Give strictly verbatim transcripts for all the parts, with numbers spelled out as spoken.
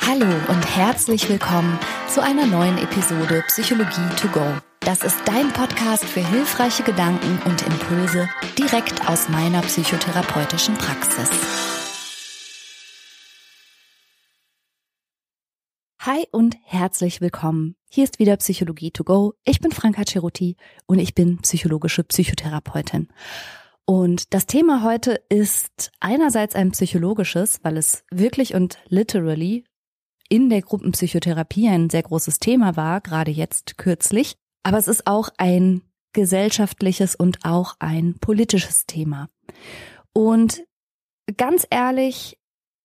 Hallo und herzlich willkommen zu einer neuen Episode Psychologie to go. Das ist dein Podcast für hilfreiche Gedanken und Impulse direkt aus meiner psychotherapeutischen Praxis. Hi und herzlich willkommen. Hier ist wieder Psychologie to go. Ich bin Franka Cerutti und ich bin psychologische Psychotherapeutin. Und das Thema heute ist einerseits ein psychologisches, weil es wirklich und literally in der Gruppenpsychotherapie ein sehr großes Thema war, gerade jetzt kürzlich. Aber es ist auch ein gesellschaftliches und auch ein politisches Thema. Und ganz ehrlich,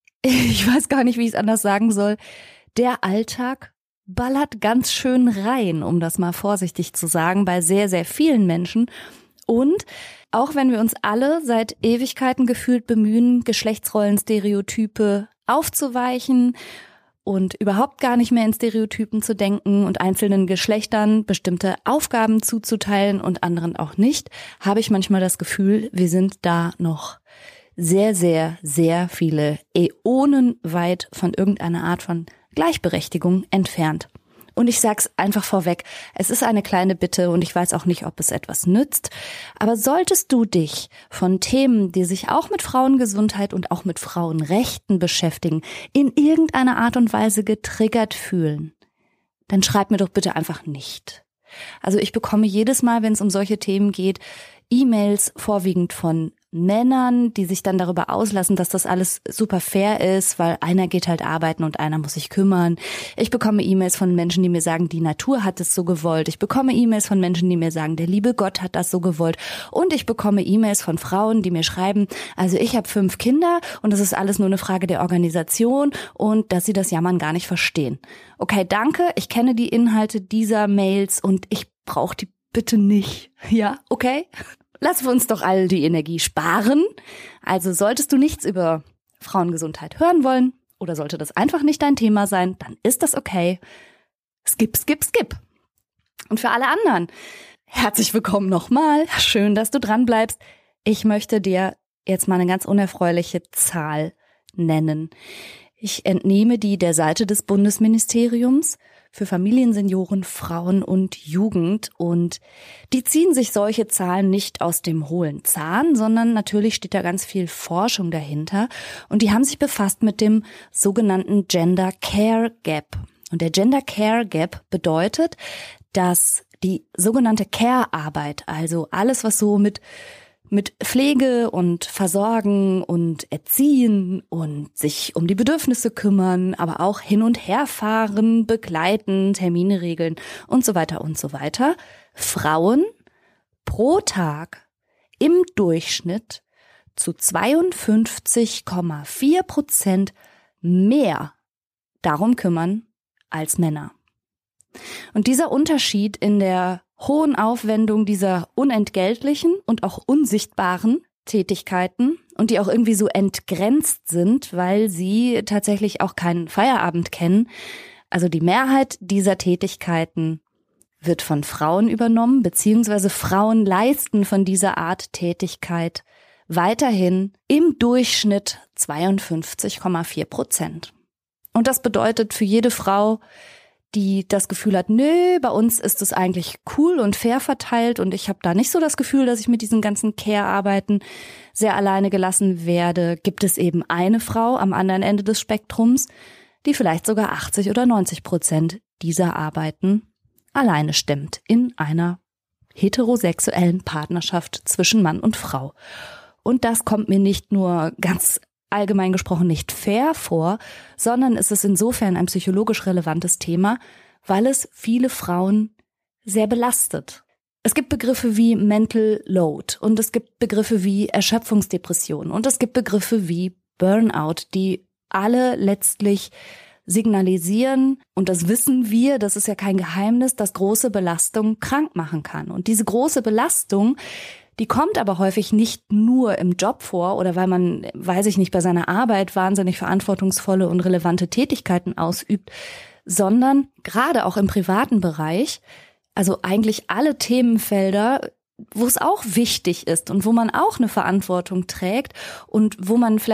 ich weiß gar nicht, wie ich es anders sagen soll, der Alltag ballert ganz schön rein, um das mal vorsichtig zu sagen, bei sehr, sehr vielen Menschen. Und auch wenn wir uns alle seit Ewigkeiten gefühlt bemühen, Geschlechtsrollenstereotype aufzuweichen und überhaupt gar nicht mehr in Stereotypen zu denken und einzelnen Geschlechtern bestimmte Aufgaben zuzuteilen und anderen auch nicht, habe ich manchmal das Gefühl, wir sind da noch sehr, sehr, sehr viele Äonen weit von irgendeiner Art von Gleichberechtigung entfernt. Und ich sag's einfach vorweg, es ist eine kleine Bitte und ich weiß auch nicht, ob es etwas nützt, aber solltest du dich von Themen, die sich auch mit Frauengesundheit und auch mit Frauenrechten beschäftigen, in irgendeiner Art und Weise getriggert fühlen, dann schreib mir doch bitte einfach nicht. Also ich bekomme jedes Mal, wenn es um solche Themen geht, E-Mails vorwiegend von Männern, die sich dann darüber auslassen, dass das alles super fair ist, weil einer geht halt arbeiten und einer muss sich kümmern. Ich bekomme E-Mails von Menschen, die mir sagen, die Natur hat es so gewollt. Ich bekomme E-Mails von Menschen, die mir sagen, der liebe Gott hat das so gewollt. Und ich bekomme E-Mails von Frauen, die mir schreiben, also ich habe fünf Kinder und es ist alles nur eine Frage der Organisation und dass sie das Jammern gar nicht verstehen. Okay, danke, ich kenne die Inhalte dieser Mails und ich brauche die bitte nicht. Ja, okay? Lassen wir uns doch all die Energie sparen. Also solltest du nichts über Frauengesundheit hören wollen oder sollte das einfach nicht dein Thema sein, dann ist das okay. Skip, skip, skip. Und für alle anderen, herzlich willkommen nochmal. Schön, dass du dran bleibst. Ich möchte dir jetzt mal eine ganz unerfreuliche Zahl nennen. Ich entnehme die der Seite des Bundesministeriums für Familien, Senioren, Frauen und Jugend. Und die ziehen sich solche Zahlen nicht aus dem hohlen Zahn, sondern natürlich steht da ganz viel Forschung dahinter. Und die haben sich befasst mit dem sogenannten Gender Care Gap. Und der Gender Care Gap bedeutet, dass die sogenannte Care-Arbeit, also alles, was so mit mit Pflege und Versorgen und Erziehen und sich um die Bedürfnisse kümmern, aber auch hin und her fahren, begleiten, Termine regeln und so weiter und so weiter, Frauen pro Tag im Durchschnitt zu zweiundfünfzig Komma vier Prozent mehr darum kümmern als Männer. Und dieser Unterschied in der hohen Aufwendung dieser unentgeltlichen und auch unsichtbaren Tätigkeiten und die auch irgendwie so entgrenzt sind, weil sie tatsächlich auch keinen Feierabend kennen. Also die Mehrheit dieser Tätigkeiten wird von Frauen übernommen, beziehungsweise Frauen leisten von dieser Art Tätigkeit weiterhin im Durchschnitt zweiundfünfzig Komma vier Prozent. Und das bedeutet für jede Frau, die das Gefühl hat, nö, bei uns ist es eigentlich cool und fair verteilt und ich habe da nicht so das Gefühl, dass ich mit diesen ganzen Care-Arbeiten sehr alleine gelassen werde, gibt es eben eine Frau am anderen Ende des Spektrums, die vielleicht sogar achtzig oder neunzig Prozent dieser Arbeiten alleine stemmt in einer heterosexuellen Partnerschaft zwischen Mann und Frau. Und das kommt mir nicht nur ganz allgemein gesprochen nicht fair vor, sondern es ist insofern ein psychologisch relevantes Thema, weil es viele Frauen sehr belastet. Es gibt Begriffe wie Mental Load und es gibt Begriffe wie Erschöpfungsdepression und es gibt Begriffe wie Burnout, die alle letztlich signalisieren, und das wissen wir, das ist ja kein Geheimnis, dass große Belastung krank machen kann. Und diese große Belastung, die kommt aber häufig nicht nur im Job vor oder weil man, weiß ich nicht, bei seiner Arbeit wahnsinnig verantwortungsvolle und relevante Tätigkeiten ausübt, sondern gerade auch im privaten Bereich, also eigentlich alle Themenfelder, wo es auch wichtig ist und wo man auch eine Verantwortung trägt und wo man vielleicht auch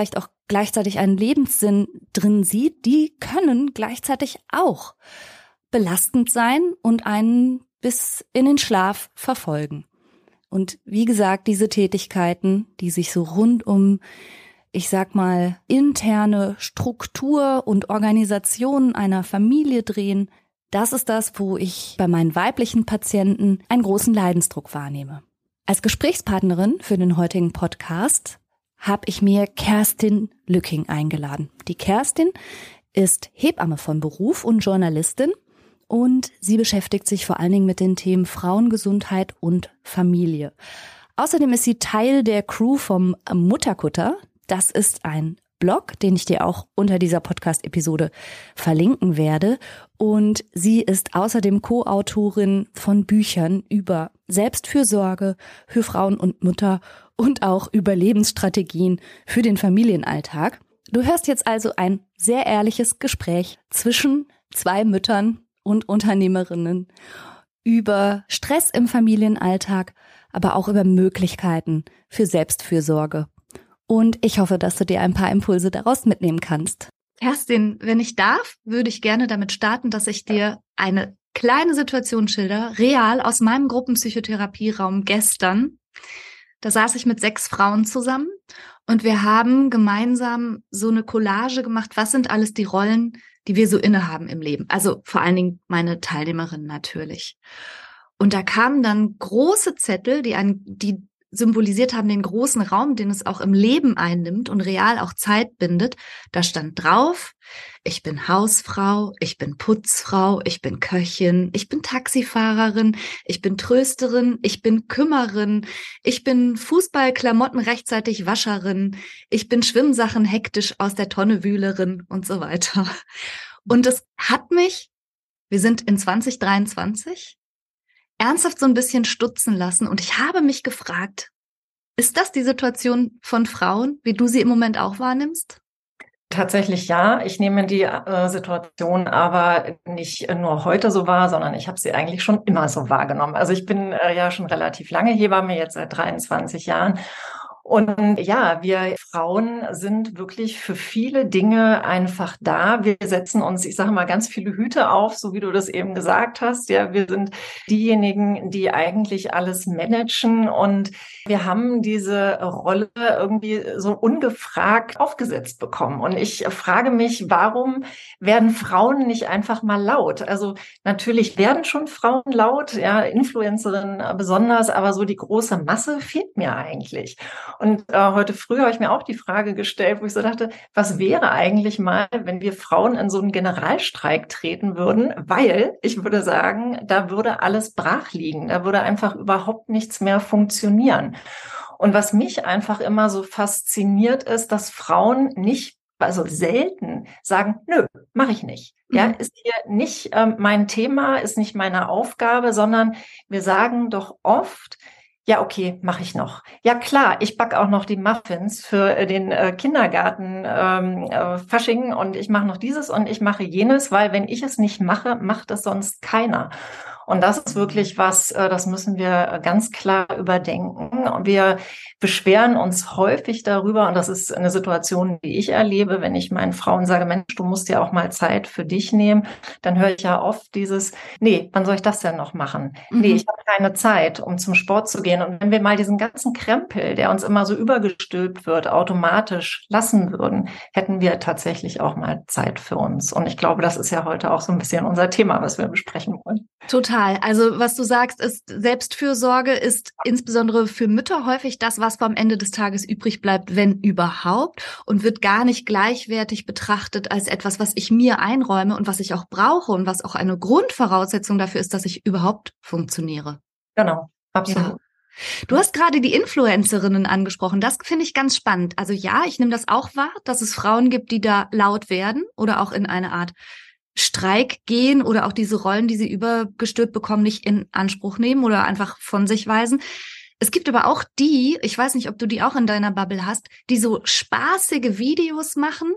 gleichzeitig einen Lebenssinn drin sieht, die können gleichzeitig auch belastend sein und einen bis in den Schlaf verfolgen. Und wie gesagt, diese Tätigkeiten, die sich so rund um, ich sag mal, interne Struktur und Organisation einer Familie drehen, das ist das, wo ich bei meinen weiblichen Patienten einen großen Leidensdruck wahrnehme. Als Gesprächspartnerin für den heutigen Podcast habe ich mir Kerstin Lücking eingeladen. Die Kerstin ist Hebamme von Beruf und Journalistin und sie beschäftigt sich vor allen Dingen mit den Themen Frauengesundheit und Familie. Außerdem ist sie Teil der Crew vom Mutterkutter. Das ist ein Blog, den ich dir auch unter dieser Podcast-Episode verlinken werde. Und sie ist außerdem Co-Autorin von Büchern über Selbstfürsorge für Frauen und Mütter und auch Überlebensstrategien für den Familienalltag. Du hörst jetzt also ein sehr ehrliches Gespräch zwischen zwei Müttern und Unternehmerinnen über Stress im Familienalltag, aber auch über Möglichkeiten für Selbstfürsorge. Und ich hoffe, dass du dir ein paar Impulse daraus mitnehmen kannst. Kerstin, wenn ich darf, würde ich gerne damit starten, dass ich dir eine kleine Situation schilder, real aus meinem Gruppenpsychotherapieraum gestern. Da saß ich mit sechs Frauen zusammen und wir haben gemeinsam so eine Collage gemacht, was sind alles die Rollen, die wir so innehaben im Leben. Also vor allen Dingen meine Teilnehmerinnen natürlich. Und da kamen dann große Zettel, die, an, die symbolisiert haben den großen Raum, den es auch im Leben einnimmt und real auch Zeit bindet. Da stand drauf, ich bin Hausfrau, ich bin Putzfrau, ich bin Köchin, ich bin Taxifahrerin, ich bin Trösterin, ich bin Kümmerin, ich bin Fußballklamotten rechtzeitig Wascherin, ich bin Schwimmsachen hektisch aus der Tonne Wühlerin und so weiter. Und es hat mich, wir sind in zwanzig dreiundzwanzig, ernsthaft so ein bisschen stutzen lassen. Und ich habe mich gefragt, ist das die Situation von Frauen, wie du sie im Moment auch wahrnimmst? Tatsächlich ja. Ich nehme die äh, Situation aber nicht nur heute so wahr, sondern ich habe sie eigentlich schon immer so wahrgenommen. Also ich bin äh, ja schon relativ lange Hebamme, jetzt seit dreiundzwanzig Jahren. Und ja, wir Frauen sind wirklich für viele Dinge einfach da. Wir setzen uns, ich sage mal, ganz viele Hüte auf, so wie du das eben gesagt hast. Ja, wir sind diejenigen, die eigentlich alles managen und wir haben diese Rolle irgendwie so ungefragt aufgesetzt bekommen. Und ich frage mich, warum werden Frauen nicht einfach mal laut? Also natürlich werden schon Frauen laut, ja, Influencerinnen besonders, aber so die große Masse fehlt mir eigentlich. Und äh, heute früh habe ich mir auch die Frage gestellt, wo ich so dachte, was wäre eigentlich mal, wenn wir Frauen in so einen Generalstreik treten würden? Weil ich würde sagen, da würde alles brach liegen. Da würde einfach überhaupt nichts mehr funktionieren. Und was mich einfach immer so fasziniert ist, dass Frauen nicht, also selten sagen, nö, mache ich nicht. Ja, ist hier nicht ähm, mein Thema, ist nicht meine Aufgabe, sondern wir sagen doch oft, ja, okay, mache ich noch. Ja, klar, ich backe auch noch die Muffins für äh, den äh, Kindergarten ähm, äh, Fasching und ich mache noch dieses und ich mache jenes, weil wenn ich es nicht mache, macht es sonst keiner. Und das ist wirklich was, äh, das müssen wir ganz klar überdenken. Und wir beschweren uns häufig darüber, und das ist eine Situation, die ich erlebe, wenn ich meinen Frauen sage, Mensch, du musst ja auch mal Zeit für dich nehmen, dann höre ich ja oft dieses, nee, wann soll ich das denn noch machen? Mhm. Nee, ich habe keine Zeit, um zum Sport zu gehen. Und wenn wir mal diesen ganzen Krempel, der uns immer so übergestülpt wird, automatisch lassen würden, hätten wir tatsächlich auch mal Zeit für uns. Und ich glaube, das ist ja heute auch so ein bisschen unser Thema, was wir besprechen wollen. Total. Also was du sagst, ist, Selbstfürsorge ist insbesondere für Mütter häufig das, was am Ende des Tages übrig bleibt, wenn überhaupt, und wird gar nicht gleichwertig betrachtet als etwas, was ich mir einräume und was ich auch brauche und was auch eine Grundvoraussetzung dafür ist, dass ich überhaupt funktioniere. Genau, absolut. Ja. Du hast gerade die Influencerinnen angesprochen. Das finde ich ganz spannend. Also ja, ich nehme das auch wahr, dass es Frauen gibt, die da laut werden oder auch in eine Art Streik gehen oder auch diese Rollen, die sie übergestülpt bekommen, nicht in Anspruch nehmen oder einfach von sich weisen. Es gibt aber auch die, ich weiß nicht, ob du die auch in deiner Bubble hast, die so spaßige Videos machen,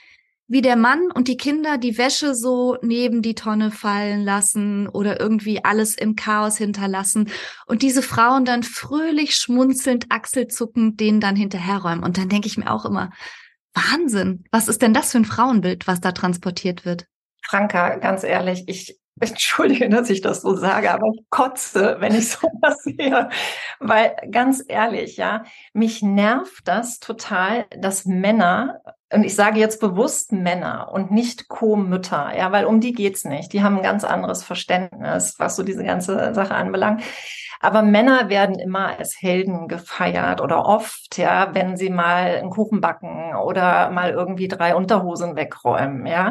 wie der Mann und die Kinder die Wäsche so neben die Tonne fallen lassen oder irgendwie alles im Chaos hinterlassen und diese Frauen dann fröhlich schmunzelnd, achselzuckend denen dann hinterherräumen. Und dann denke ich mir auch immer, Wahnsinn. Was ist denn das für ein Frauenbild, was da transportiert wird? Franka, ganz ehrlich, ich entschuldige, dass ich das so sage, aber ich kotze, wenn ich sowas sehe. Weil ganz ehrlich, ja, mich nervt das total, dass Männer, und ich sage jetzt bewusst Männer und nicht Co-Mütter, ja, weil um die geht's nicht. Die haben ein ganz anderes Verständnis, was so diese ganze Sache anbelangt. Aber Männer werden immer als Helden gefeiert oder oft, ja, wenn sie mal einen Kuchen backen oder mal irgendwie drei Unterhosen wegräumen, ja.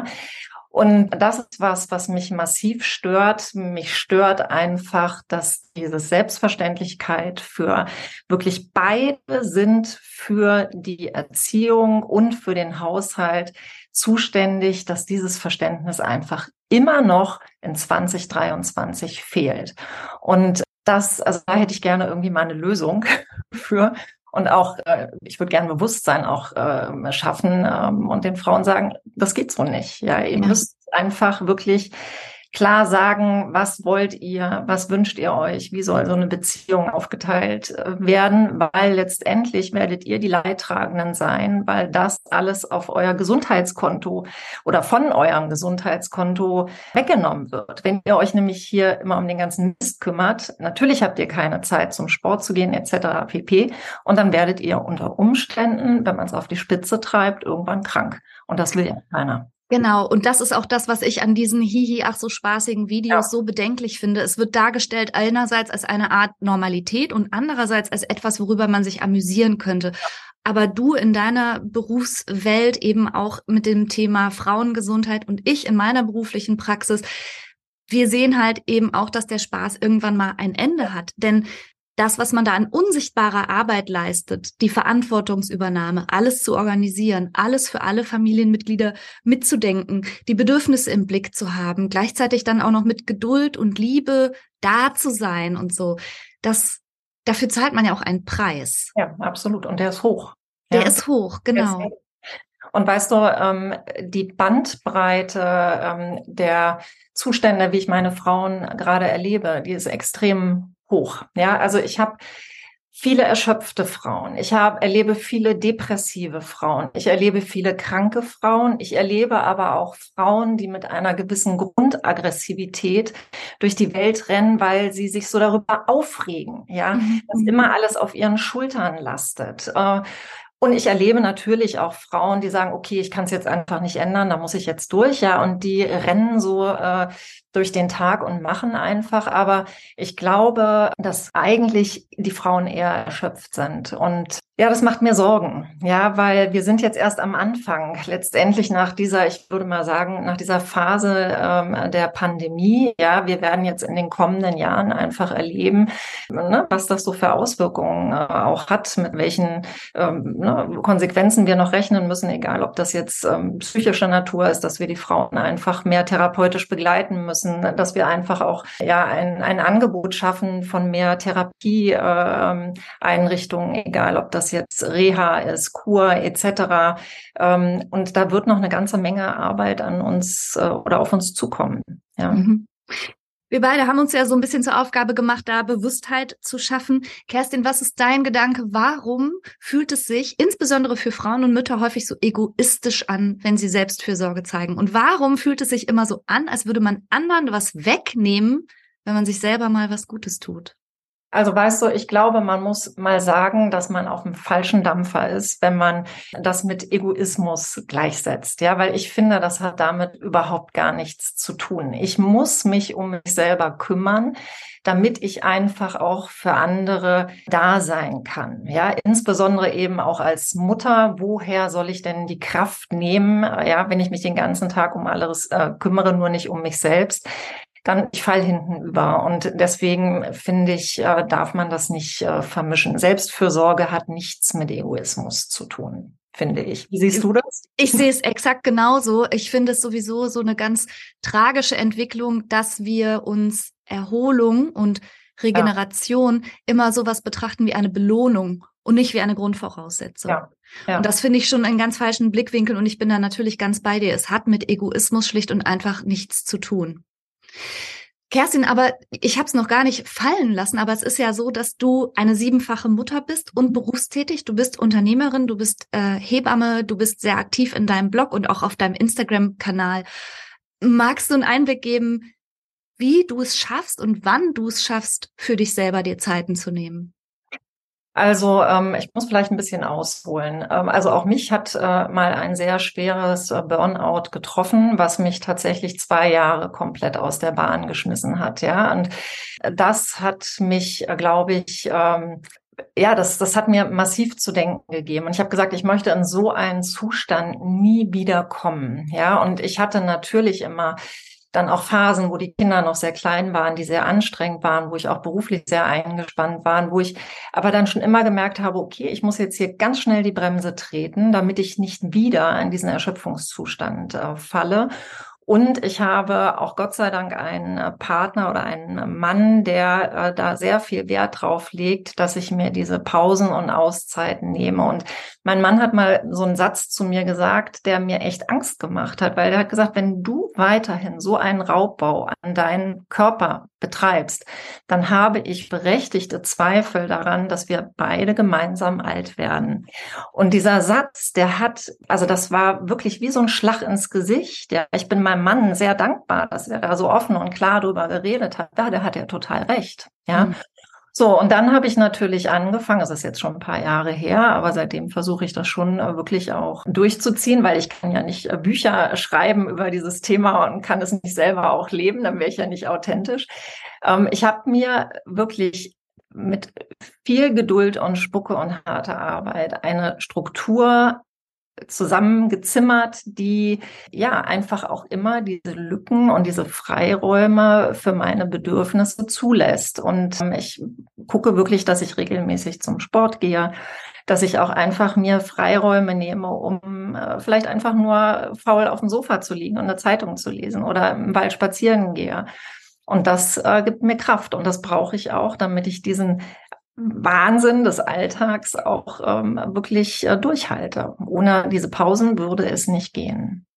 Und das ist was, was mich massiv stört. Mich stört einfach, dass diese Selbstverständlichkeit für wirklich beide sind für die Erziehung und für den Haushalt zuständig, dass dieses Verständnis einfach immer noch in zwanzig dreiundzwanzig fehlt. Und das, also da hätte ich gerne irgendwie mal eine Lösung für. Und auch, äh, ich würde gerne Bewusstsein auch äh, schaffen ähm, und den Frauen sagen, das geht so nicht. Ja, ihr Ja. müsst einfach wirklich klar sagen, was wollt ihr, was wünscht ihr euch, wie soll so eine Beziehung aufgeteilt äh, werden, weil letztendlich werdet ihr die Leidtragenden sein, weil das alles auf euer Gesundheitskonto oder von eurem Gesundheitskonto weggenommen wird. Wenn ihr euch nämlich hier immer um den ganzen Mist kümmert, natürlich habt ihr keine Zeit zum Sport zu gehen et cetera pp. Und dann werdet ihr unter Umständen, wenn man es auf die Spitze treibt, irgendwann krank. Und das will ja keiner. Genau, und das ist auch das, was ich an diesen hihi, ach so spaßigen Videos ja. so bedenklich finde. Es wird dargestellt einerseits als eine Art Normalität und andererseits als etwas, worüber man sich amüsieren könnte. Aber du in deiner Berufswelt eben auch mit dem Thema Frauengesundheit und ich in meiner beruflichen Praxis, wir sehen halt eben auch, dass der Spaß irgendwann mal ein Ende hat. Denn das, was man da an unsichtbarer Arbeit leistet, die Verantwortungsübernahme, alles zu organisieren, alles für alle Familienmitglieder mitzudenken, die Bedürfnisse im Blick zu haben, gleichzeitig dann auch noch mit Geduld und Liebe da zu sein und so, das, dafür zahlt man ja auch einen Preis. Ja, absolut. Und der ist hoch. Der ja. ist hoch, genau. Ist, und weißt du, ähm, die Bandbreite ähm, der Zustände, wie ich meine Frauen gerade erlebe, die ist extrem hoch. Ja, also ich habe viele erschöpfte Frauen. Ich habe, erlebe viele depressive Frauen. Ich erlebe viele kranke Frauen. Ich erlebe aber auch Frauen, die mit einer gewissen Grundaggressivität durch die Welt rennen, weil sie sich so darüber aufregen, ja, mhm. dass immer alles auf ihren Schultern lastet. Und ich erlebe natürlich auch Frauen, die sagen, okay, ich kann es jetzt einfach nicht ändern, da muss ich jetzt durch, ja, und die rennen so äh, durch den Tag und machen einfach. Aber ich glaube, dass eigentlich die Frauen eher erschöpft sind. Und ja, das macht mir Sorgen, ja, weil wir sind jetzt erst am Anfang, letztendlich nach dieser, ich würde mal sagen, nach dieser Phase ähm, der Pandemie. Ja, wir werden jetzt in den kommenden Jahren einfach erleben, ne, was das so für Auswirkungen äh, auch hat, mit welchen ähm, ne, Konsequenzen wir noch rechnen müssen, egal ob das jetzt ähm, psychischer Natur ist, dass wir die Frauen einfach mehr therapeutisch begleiten müssen, dass wir einfach auch ja ein, ein Angebot schaffen von mehr Therapie-Einrichtungen, äh, egal ob das jetzt Reha ist, Kur et cetera. Ähm, und da wird noch eine ganze Menge Arbeit an uns äh, oder auf uns zukommen. Ja. Mhm. Wir beide haben uns ja so ein bisschen zur Aufgabe gemacht, da Bewusstheit zu schaffen. Kerstin, was ist dein Gedanke? Warum fühlt es sich insbesondere für Frauen und Mütter häufig so egoistisch an, wenn sie Selbstfürsorge zeigen? Und warum fühlt es sich immer so an, als würde man anderen was wegnehmen, wenn man sich selber mal was Gutes tut? Also weißt du, ich glaube, man muss mal sagen, dass man auf dem falschen Dampfer ist, wenn man das mit Egoismus gleichsetzt. Ja, weil ich finde, das hat damit überhaupt gar nichts zu tun. Ich muss mich um mich selber kümmern, damit ich einfach auch für andere da sein kann. Ja, insbesondere eben auch als Mutter. Woher soll ich denn die Kraft nehmen? Ja, wenn ich mich den ganzen Tag um alles äh, kümmere, nur nicht um mich selbst. Dann ich fall hinten über. Und deswegen finde ich, äh, darf man das nicht äh, vermischen. Selbstfürsorge hat nichts mit Egoismus zu tun, finde ich. Wie siehst du das? Ich sehe es exakt genauso. Ich finde es sowieso so eine ganz tragische Entwicklung, dass wir uns Erholung und Regeneration ja. immer sowas betrachten wie eine Belohnung und nicht wie eine Grundvoraussetzung. Ja. Ja. Und das finde ich schon einen ganz falschen Blickwinkel. Und ich bin da natürlich ganz bei dir. Es hat mit Egoismus schlicht und einfach nichts zu tun. Kerstin, aber ich habe es noch gar nicht fallen lassen, aber es ist ja so, dass du eine siebenfache Mutter bist und berufstätig. Du bist Unternehmerin, du bist äh, Hebamme, du bist sehr aktiv in deinem Blog und auch auf deinem Instagram-Kanal. Magst du einen Einblick geben, wie du es schaffst und wann du es schaffst, für dich selber dir Zeiten zu nehmen? Also ähm, ich muss vielleicht ein bisschen ausholen. Ähm, also auch mich hat äh, mal ein sehr schweres äh, Burnout getroffen, was mich tatsächlich zwei Jahre komplett aus der Bahn geschmissen hat. Ja, und das hat mich, äh, glaube ich, ähm, ja, das, das hat mir massiv zu denken gegeben. Und ich habe gesagt, ich möchte in so einen Zustand nie wieder kommen. Ja, und ich hatte natürlich immer dann auch Phasen, wo die Kinder noch sehr klein waren, die sehr anstrengend waren, wo ich auch beruflich sehr eingespannt war, wo ich aber dann schon immer gemerkt habe, okay, ich muss jetzt hier ganz schnell die Bremse treten, damit ich nicht wieder in diesen Erschöpfungszustand äh, falle. Und ich habe auch Gott sei Dank einen Partner oder einen Mann, der äh, da sehr viel Wert drauf legt, dass ich mir diese Pausen und Auszeiten nehme. Und mein Mann hat mal so einen Satz zu mir gesagt, der mir echt Angst gemacht hat, weil er hat gesagt, wenn du weiterhin so einen Raubbau an deinen Körper betreibst, dann habe ich berechtigte Zweifel daran, dass wir beide gemeinsam alt werden. Und dieser Satz, der hat, also das war wirklich wie so ein Schlag ins Gesicht. Ja, ich bin meinem Mann sehr dankbar, dass er da so offen und klar drüber geredet hat. Ja, der hat ja total recht. Ja. Mhm. So, und dann habe ich natürlich angefangen, es ist jetzt schon ein paar Jahre her, aber seitdem versuche ich das schon wirklich auch durchzuziehen, weil ich kann ja nicht Bücher schreiben über dieses Thema und kann es nicht selber auch leben, dann wäre ich ja nicht authentisch. Ähm, ich habe mir wirklich mit viel Geduld und Spucke und harter Arbeit eine Struktur zusammengezimmert, die ja einfach auch immer diese Lücken und diese Freiräume für meine Bedürfnisse zulässt. Und ähm, ich gucke wirklich, dass ich regelmäßig zum Sport gehe, dass ich auch einfach mir Freiräume nehme, um äh, vielleicht einfach nur faul auf dem Sofa zu liegen und eine Zeitung zu lesen oder im Wald spazieren gehe. Und das äh, gibt mir Kraft und das brauche ich auch, damit ich diesen Wahnsinn des Alltags auch ähm, wirklich äh, durchhalte. Ohne diese Pausen würde es nicht gehen.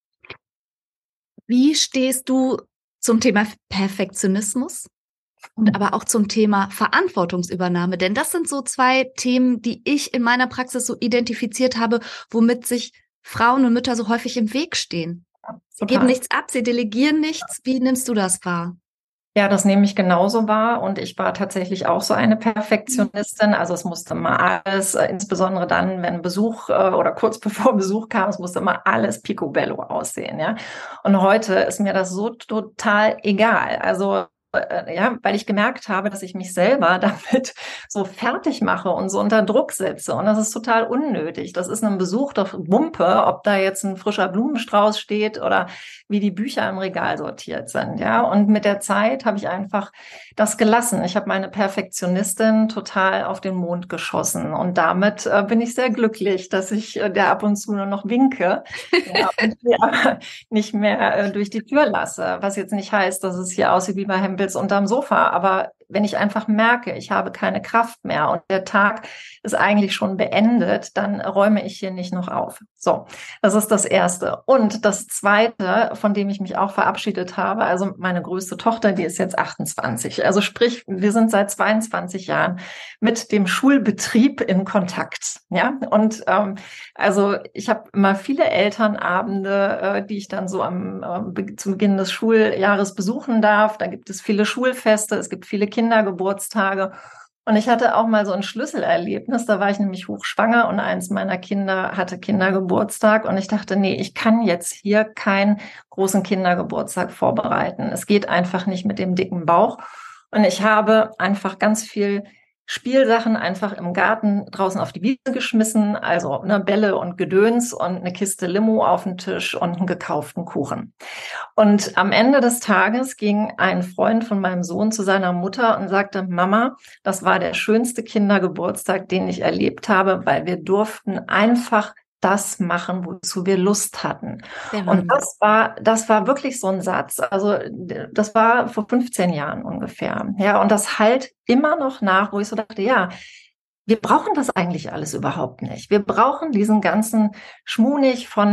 Wie stehst du zum Thema Perfektionismus und aber auch zum Thema Verantwortungsübernahme? Denn das sind so zwei Themen, die ich in meiner Praxis so identifiziert habe, womit sich Frauen und Mütter so häufig im Weg stehen. Sie geben nichts ab, sie delegieren nichts. Wie nimmst du das wahr? Ja, das nehme ich genauso wahr und ich war tatsächlich auch so eine Perfektionistin. Also es musste immer alles, insbesondere dann, wenn Besuch oder kurz bevor Besuch kam, es musste immer alles picobello aussehen, ja. Und heute ist mir das so total egal. Also ja, weil ich gemerkt habe, dass ich mich selber damit so fertig mache und so unter Druck setze. Und das ist total unnötig. Das ist ein Besuch doch Wumpe, ob da jetzt ein frischer Blumenstrauß steht oder wie die Bücher im Regal sortiert sind. Ja, und mit der Zeit habe ich einfach das gelassen. Ich habe meine Perfektionistin total auf den Mond geschossen. Und damit äh, bin ich sehr glücklich, dass ich äh, der ab und zu nur noch winke ja, und sie aber nicht mehr äh, durch die Tür lasse. Was jetzt nicht heißt, dass es hier aussieht wie bei Hempels unterm Sofa. Aber wenn ich einfach merke, ich habe keine Kraft mehr und der Tag ist eigentlich schon beendet, dann räume ich hier nicht noch auf. So, das ist das Erste. Und das Zweite, von dem ich mich auch verabschiedet habe, also meine größte Tochter, die ist jetzt achtundzwanzig. Also sprich, wir sind seit zweiundzwanzig Jahren mit dem Schulbetrieb in Kontakt. Ja, und ähm, also ich habe immer viele Elternabende, äh, die ich dann so am äh, zu Beginn des Schuljahres besuchen darf. Da gibt es viele Schulfeste, es gibt viele Kindergeburtstage. Und ich hatte auch mal so ein Schlüsselerlebnis, da war ich nämlich hochschwanger und eins meiner Kinder hatte Kindergeburtstag und ich dachte, nee, ich kann jetzt hier keinen großen Kindergeburtstag vorbereiten. Es geht einfach nicht mit dem dicken Bauch. Und ich habe einfach ganz viel Spielsachen einfach im Garten draußen auf die Wiese geschmissen, also ne, Bälle und Gedöns und eine Kiste Limo auf den Tisch und einen gekauften Kuchen. Und am Ende des Tages ging ein Freund von meinem Sohn zu seiner Mutter und sagte, Mama, das war der schönste Kindergeburtstag, den ich erlebt habe, weil wir durften einfach das machen, wozu wir Lust hatten. Und das war, das war wirklich so ein Satz. Also, das war vor fünfzehn Jahren ungefähr. Ja, und das halt immer noch nach, wo ich so dachte, ja, wir brauchen das eigentlich alles überhaupt nicht. Wir brauchen diesen ganzen Schmunig von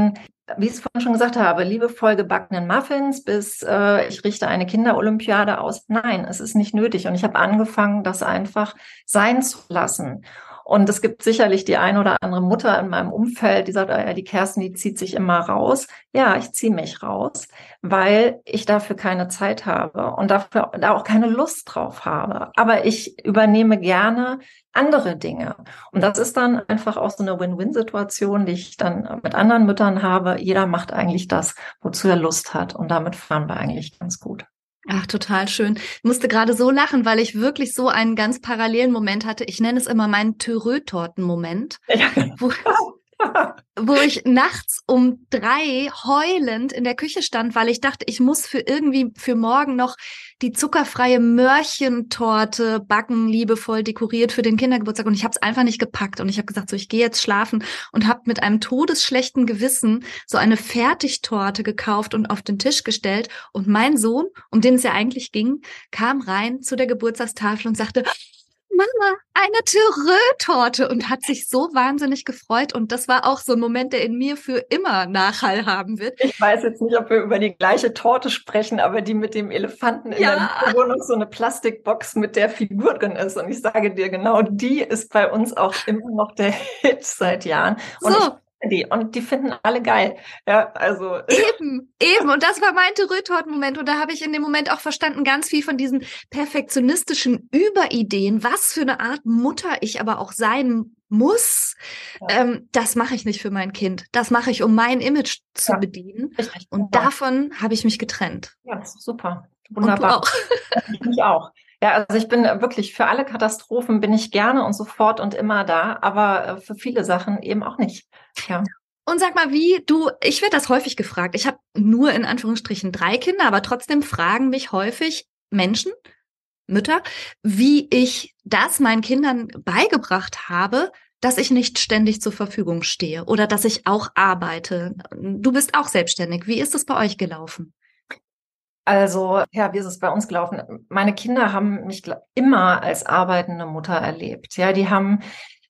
wie ich es vorhin schon gesagt habe, liebevoll gebackenen Muffins bis äh, ich richte eine Kinderolympiade aus. Nein, es ist nicht nötig. Und ich habe angefangen, das einfach sein zu lassen. Und es gibt sicherlich die ein oder andere Mutter in meinem Umfeld, die sagt, ah ja, die Kerstin, die zieht sich immer raus. Ja, ich ziehe mich raus, weil ich dafür keine Zeit habe und dafür da auch keine Lust drauf habe. Aber ich übernehme gerne andere Dinge. Und das ist dann einfach auch so eine Win-Win-Situation, die ich dann mit anderen Müttern habe. Jeder macht eigentlich das, wozu er Lust hat. Und damit fahren wir eigentlich ganz gut. Ach, total schön. Ich musste gerade so lachen, weil ich wirklich so einen ganz parallelen Moment hatte. Ich nenne es immer meinen Törö-Torten-Moment, Ja. wo, wo ich nachts um drei heulend in der Küche stand, weil ich dachte, ich muss für irgendwie für morgen noch die zuckerfreie Möhrchentorte backen, liebevoll dekoriert für den Kindergeburtstag. Und ich habe es einfach nicht gepackt. Und ich habe gesagt, so, ich gehe jetzt schlafen und habe mit einem todesschlechten Gewissen so eine Fertigtorte gekauft und auf den Tisch gestellt. Und mein Sohn, um den es ja eigentlich ging, kam rein zu der Geburtstagstafel und sagte, Mama, eine Törö-Torte, und hat sich so wahnsinnig gefreut. Und das war auch so ein Moment, der in mir für immer Nachhall haben wird. Ich weiß jetzt nicht, ob wir über die gleiche Torte sprechen, aber die mit dem Elefanten in Ja. der Mitte, wo noch so eine Plastikbox mit der Figur drin ist. Und ich sage dir, genau die ist bei uns auch immer noch der Hit seit Jahren. Und So. ich die und die finden alle geil. Ja, also eben, eben. Und das war mein Törö-Torten-Moment. Und da habe ich in dem Moment auch verstanden, ganz viel von diesen perfektionistischen Überideen, was für eine Art Mutter ich aber auch sein muss. Ja. Ähm, das mache ich nicht für mein Kind. Das mache ich, um mein Image zu ja. bedienen. Richtig, und genau. Davon habe ich mich getrennt. Ja, das ist super. Wunderbar. Und du auch. Ich mich auch. Ja, also ich bin wirklich für alle Katastrophen bin ich gerne und sofort und immer da, aber für viele Sachen eben auch nicht. Ja. Und sag mal, wie du, ich werde das häufig gefragt. Ich habe nur in Anführungsstrichen drei Kinder, aber trotzdem fragen mich häufig Menschen, Mütter, wie ich das meinen Kindern beigebracht habe, dass ich nicht ständig zur Verfügung stehe oder dass ich auch arbeite. Du bist auch selbstständig. Wie ist es bei euch gelaufen? Also, ja, wie ist es bei uns gelaufen? Meine Kinder haben mich immer als arbeitende Mutter erlebt. Ja, die haben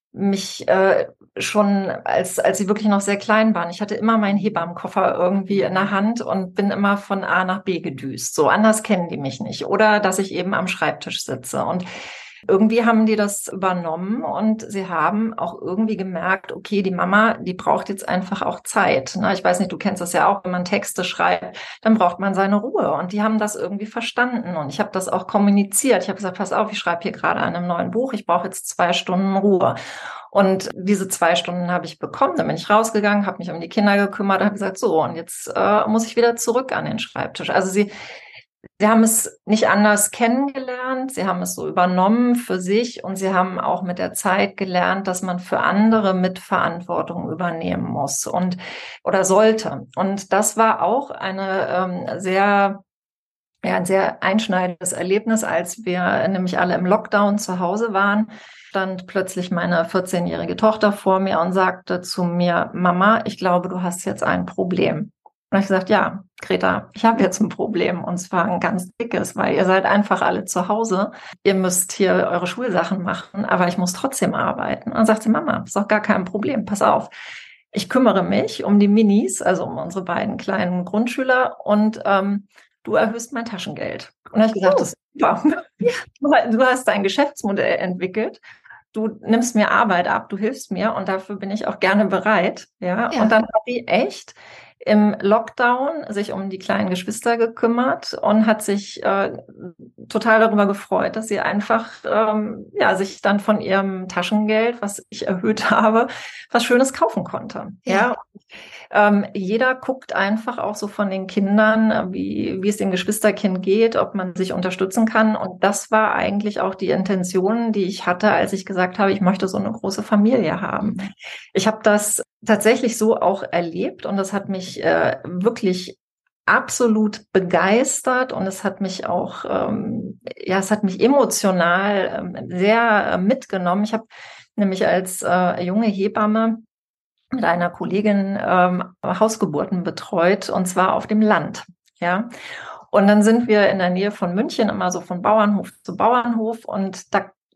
mich äh, schon, als als sie wirklich noch sehr klein waren, ich hatte immer meinen Hebammenkoffer irgendwie in der Hand und bin immer von A nach B gedüst. So anders kennen die mich nicht. Oder dass ich eben am Schreibtisch sitze. Und irgendwie haben die das übernommen und sie haben auch irgendwie gemerkt, okay, die Mama, die braucht jetzt einfach auch Zeit. Ich weiß nicht, du kennst das ja auch, wenn man Texte schreibt, dann braucht man seine Ruhe. Und die haben das irgendwie verstanden. Und ich habe das auch kommuniziert. Ich habe gesagt, pass auf, ich schreibe hier gerade an einem neuen Buch, ich brauche jetzt zwei Stunden Ruhe. Und diese zwei Stunden habe ich bekommen. Dann bin ich rausgegangen, habe mich um die Kinder gekümmert, habe gesagt, so, und jetzt äh, muss ich wieder zurück an den Schreibtisch. Also sie Sie haben es nicht anders kennengelernt, sie haben es so übernommen für sich und sie haben auch mit der Zeit gelernt, dass man für andere Mitverantwortung übernehmen muss und oder sollte. Und das war auch eine ähm, sehr, ja, ein sehr einschneidendes Erlebnis, als wir nämlich alle im Lockdown zu Hause waren. Stand plötzlich meine vierzehnjährige Tochter vor mir und sagte zu mir, Mama, ich glaube, du hast jetzt ein Problem. Und ich gesagt, ja, Greta, ich habe jetzt ein Problem und zwar ein ganz dickes, weil ihr seid einfach alle zu Hause. Ihr müsst hier eure Schulsachen machen, aber ich muss trotzdem arbeiten. Und dann sagt sie, Mama, ist doch gar kein Problem, pass auf. Ich kümmere mich um die Minis, also um unsere beiden kleinen Grundschüler und ähm, du erhöhst mein Taschengeld. Und dann habe ich gesagt, oh. Das ist super. Ja. Du hast dein Geschäftsmodell entwickelt. Du nimmst mir Arbeit ab, du hilfst mir und dafür bin ich auch gerne bereit. Ja, ja. Und dann hat die echt im Lockdown sich um die kleinen Geschwister gekümmert und hat sich äh, total darüber gefreut, dass sie einfach ähm, ja sich dann von ihrem Taschengeld, was ich erhöht habe, was Schönes kaufen konnte. Ja, ja. Ähm, jeder guckt einfach auch so von den Kindern, wie wie es dem Geschwisterkind geht, ob man sich unterstützen kann. Und das war eigentlich auch die Intention, die ich hatte, als ich gesagt habe, ich möchte so eine große Familie haben. Ich habe das tatsächlich so auch erlebt und das hat mich äh, wirklich absolut begeistert und es hat mich auch, ähm, ja, es hat mich emotional ähm, sehr äh, mitgenommen. Ich habe nämlich als äh, junge Hebamme mit einer Kollegin ähm, Hausgeburten betreut und zwar auf dem Land, ja. Und dann sind wir in der Nähe von München immer so von Bauernhof zu Bauernhof und da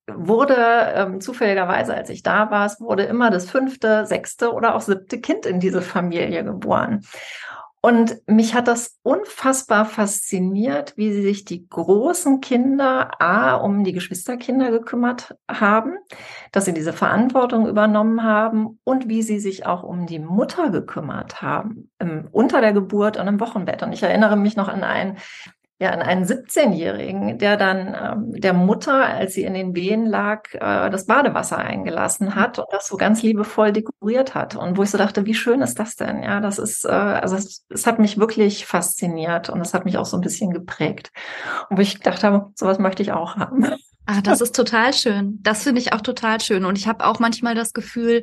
wurde ähm, zufälligerweise, als ich da war, es wurde immer das fünfte, sechste oder auch siebte Kind in diese Familie geboren. Und mich hat das unfassbar fasziniert, wie sie sich die großen Kinder A um die Geschwisterkinder gekümmert haben, dass sie diese Verantwortung übernommen haben und wie sie sich auch um die Mutter gekümmert haben, im, unter der Geburt und im Wochenbett. Und ich erinnere mich noch an einen Ja, an einen siebzehnjährigen, der dann ähm, der Mutter, als sie in den Wehen lag, äh, das Badewasser eingelassen hat und das so ganz liebevoll dekoriert hat. Und wo ich so dachte, wie schön ist das denn? Ja, das ist, äh, also es, es hat mich wirklich fasziniert und es hat mich auch so ein bisschen geprägt. Und wo ich gedacht habe, sowas möchte ich auch haben. Ah, das ist total schön. Das finde ich auch total schön. Und ich habe auch manchmal das Gefühl,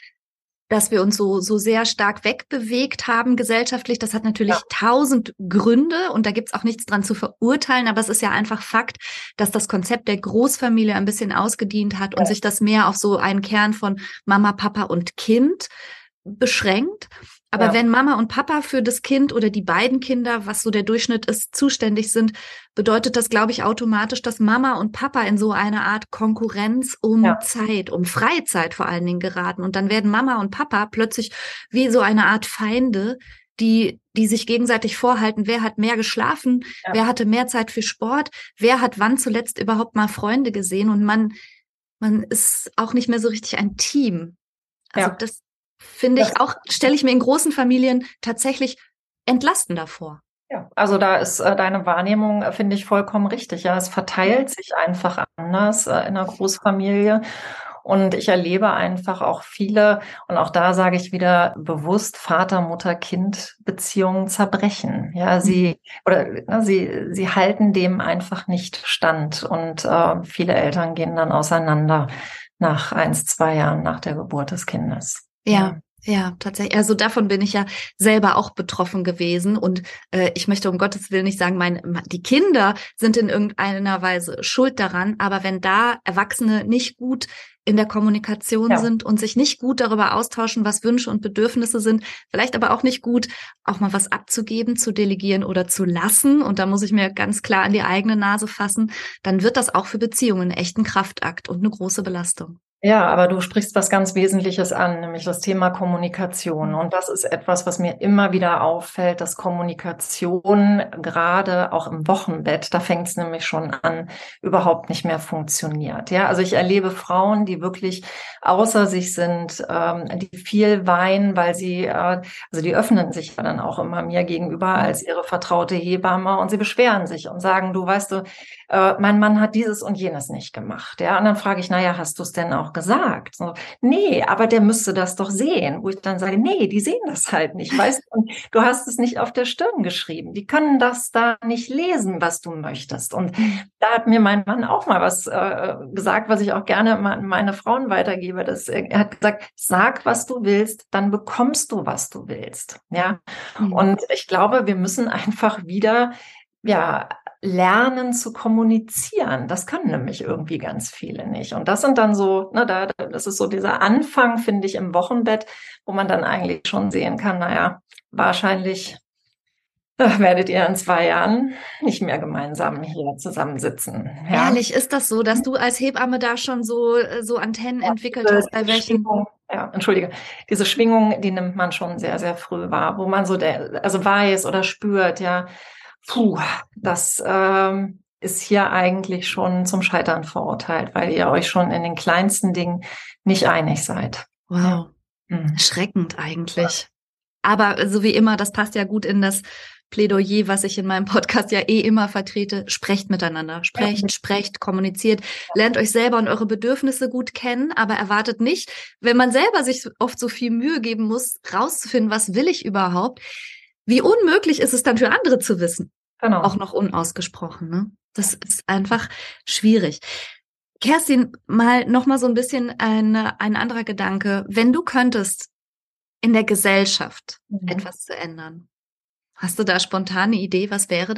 dass wir uns so so sehr stark wegbewegt haben gesellschaftlich. Das hat natürlich ja. tausend Gründe und da gibt's auch nichts dran zu verurteilen, aber es ist ja einfach Fakt, dass das Konzept der Großfamilie ein bisschen ausgedient hat und ja. sich das mehr auf so einen Kern von Mama, Papa und Kind beschränkt. Aber ja. wenn Mama und Papa für das Kind oder die beiden Kinder, was so der Durchschnitt ist, zuständig sind, bedeutet das, glaube ich, automatisch, dass Mama und Papa in so eine Art Konkurrenz um ja. Zeit, um Freizeit vor allen Dingen geraten. Und dann werden Mama und Papa plötzlich wie so eine Art Feinde, die die sich gegenseitig vorhalten, wer hat mehr geschlafen, ja. wer hatte mehr Zeit für Sport, wer hat wann zuletzt überhaupt mal Freunde gesehen. Und man man ist auch nicht mehr so richtig ein Team. Also ja. das finde ich auch, stelle ich mir in großen Familien tatsächlich entlastender vor. Ja, also da ist äh, deine Wahrnehmung, äh, finde ich, vollkommen richtig. Ja, es verteilt sich einfach anders äh, in einer Großfamilie. Und ich erlebe einfach auch viele, und auch da sage ich wieder bewusst, Vater, Mutter, Kind Beziehungen zerbrechen. Ja, sie, oder ne, sie, sie halten dem einfach nicht stand. Und äh, viele Eltern gehen dann auseinander nach eins, zwei Jahren nach der Geburt des Kindes. Ja. ja. Ja, tatsächlich. Also davon bin ich ja selber auch betroffen gewesen und äh, ich möchte um Gottes Willen nicht sagen, meine, die Kinder sind in irgendeiner Weise schuld daran, aber wenn da Erwachsene nicht gut in der Kommunikation ja. sind und sich nicht gut darüber austauschen, was Wünsche und Bedürfnisse sind, vielleicht aber auch nicht gut, auch mal was abzugeben, zu delegieren oder zu lassen, und da muss ich mir ganz klar an die eigene Nase fassen, dann wird das auch für Beziehungen echt ein Kraftakt und eine große Belastung. Ja, aber du sprichst was ganz Wesentliches an, nämlich das Thema Kommunikation. Und das ist etwas, was mir immer wieder auffällt, dass Kommunikation gerade auch im Wochenbett, da fängt es nämlich schon an, überhaupt nicht mehr funktioniert. Ja, also ich erlebe Frauen, die wirklich außer sich sind, ähm, die viel weinen, weil sie, äh, also die öffnen sich ja dann auch immer mir gegenüber als ihre vertraute Hebamme und sie beschweren sich und sagen, du weißt du, äh, mein Mann hat dieses und jenes nicht gemacht. Ja, und dann frage ich, naja, hast du es denn auch gesagt? So, nee, aber der müsste das doch sehen. Wo ich dann sage, nee, die sehen das halt nicht, weißt du? Und du hast es nicht auf der Stirn geschrieben. Die können das da nicht lesen, was du möchtest. Und da hat mir mein Mann auch mal was äh, gesagt, was ich auch gerne an meine Frauen weitergebe. Das, er hat gesagt, sag, was du willst, dann bekommst du, was du willst. Ja. Mhm. Und ich glaube, wir müssen einfach wieder, ja, lernen zu kommunizieren. Das können nämlich irgendwie ganz viele nicht. Und das sind dann so, ne, da, das ist so dieser Anfang, finde ich, im Wochenbett, wo man dann eigentlich schon sehen kann, naja, wahrscheinlich äh, werdet ihr in zwei Jahren nicht mehr gemeinsam hier zusammensitzen. Ja? Ehrlich, ist das so, dass du als Hebamme da schon so, so Antennen ja, entwickelt hast, bei welchen? Ja, entschuldige. Diese Schwingung, die nimmt man schon sehr, sehr früh wahr, wo man so, der, also weiß oder spürt, ja, puh, das ähm, ist hier eigentlich schon zum Scheitern verurteilt, weil ihr euch schon in den kleinsten Dingen nicht einig seid. Wow, ja. mhm. Schreckend eigentlich. Ja. Aber so wie immer, das passt ja gut in das Plädoyer, was ich in meinem Podcast ja eh immer vertrete. Sprecht miteinander, sprecht, ja. sprecht, kommuniziert, lernt euch selber und eure Bedürfnisse gut kennen, aber erwartet nicht, wenn man selber sich oft so viel Mühe geben muss, rauszufinden, was will ich überhaupt, wie unmöglich ist es dann für andere zu wissen. Genau. Auch noch unausgesprochen, ne? Das ist einfach schwierig. Kerstin, mal noch mal so ein bisschen ein, ein anderer Gedanke. Wenn du könntest, in der Gesellschaft mhm. etwas zu ändern, hast du da spontane Idee? Was wäre das?